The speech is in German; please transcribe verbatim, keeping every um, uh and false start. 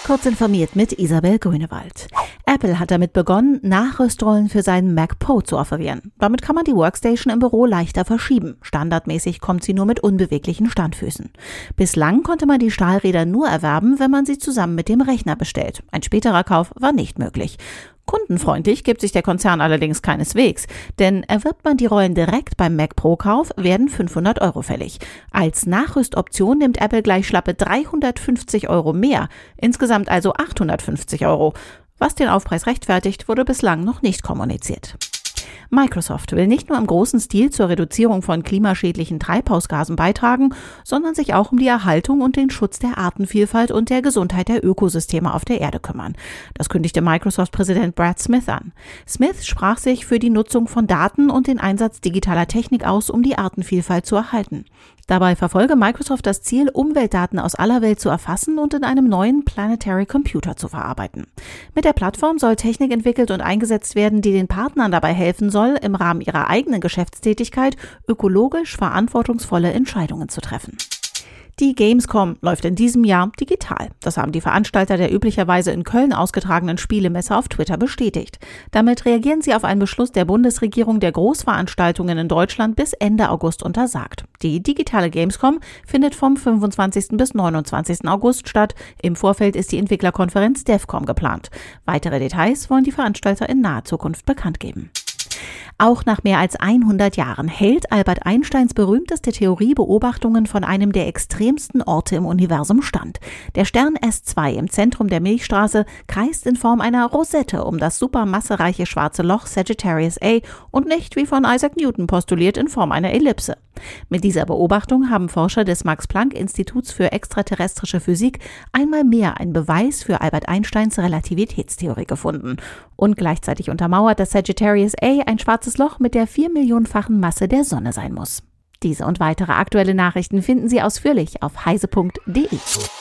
Kurz informiert mit Isabel Grünewald. Apple hat damit begonnen, Nachrüstrollen für seinen Mac Pro zu offerieren. Damit kann man die Workstation im Büro leichter verschieben. Standardmäßig kommt sie nur mit unbeweglichen Standfüßen. Bislang konnte man die Stahlräder nur erwerben, wenn man sie zusammen mit dem Rechner bestellt. Ein späterer Kauf war nicht möglich. Kundenfreundlich gibt sich der Konzern allerdings keineswegs, denn erwirbt man die Rollen direkt beim Mac Pro-Kauf, werden fünfhundert Euro fällig. Als Nachrüstoption nimmt Apple gleich schlappe dreihundertfünfzig Euro mehr, insgesamt also achthundertfünfzig Euro. Was den Aufpreis rechtfertigt, wurde bislang noch nicht kommuniziert. Microsoft will nicht nur im großen Stil zur Reduzierung von klimaschädlichen Treibhausgasen beitragen, sondern sich auch um die Erhaltung und den Schutz der Artenvielfalt und der Gesundheit der Ökosysteme auf der Erde kümmern. Das kündigte Microsoft-Präsident Brad Smith an. Smith sprach sich für die Nutzung von Daten und den Einsatz digitaler Technik aus, um die Artenvielfalt zu erhalten. Dabei verfolge Microsoft das Ziel, Umweltdaten aus aller Welt zu erfassen und in einem neuen Planetary Computer zu verarbeiten. Mit der Plattform soll Technik entwickelt und eingesetzt werden, die den Partnern dabei helfen soll, im Rahmen ihrer eigenen Geschäftstätigkeit ökologisch verantwortungsvolle Entscheidungen zu treffen. Die Gamescom läuft in diesem Jahr digital. Das haben die Veranstalter der üblicherweise in Köln ausgetragenen Spielemesse auf Twitter bestätigt. Damit reagieren sie auf einen Beschluss der Bundesregierung, der Großveranstaltungen in Deutschland bis Ende August untersagt. Die digitale Gamescom findet vom fünfundzwanzigsten bis neunundzwanzigsten August statt. Im Vorfeld ist die Entwicklerkonferenz DevCom geplant. Weitere Details wollen die Veranstalter in naher Zukunft bekannt geben. Auch nach mehr als hundert Jahren hält Albert Einsteins berühmteste Theorie Beobachtungen von einem der extremsten Orte im Universum stand. Der Stern S zwei im Zentrum der Milchstraße kreist in Form einer Rosette um das supermassereiche schwarze Loch Sagittarius A und nicht, wie von Isaac Newton postuliert, in Form einer Ellipse. Mit dieser Beobachtung haben Forscher des Max-Planck-Instituts für extraterrestrische Physik einmal mehr einen Beweis für Albert Einsteins Relativitätstheorie gefunden. Und gleichzeitig untermauert das Sagittarius A ein schwarzes Loch mit der vier Millionenfachen Masse der Sonne sein muss. Diese und weitere aktuelle Nachrichten finden Sie ausführlich auf heise punkt de.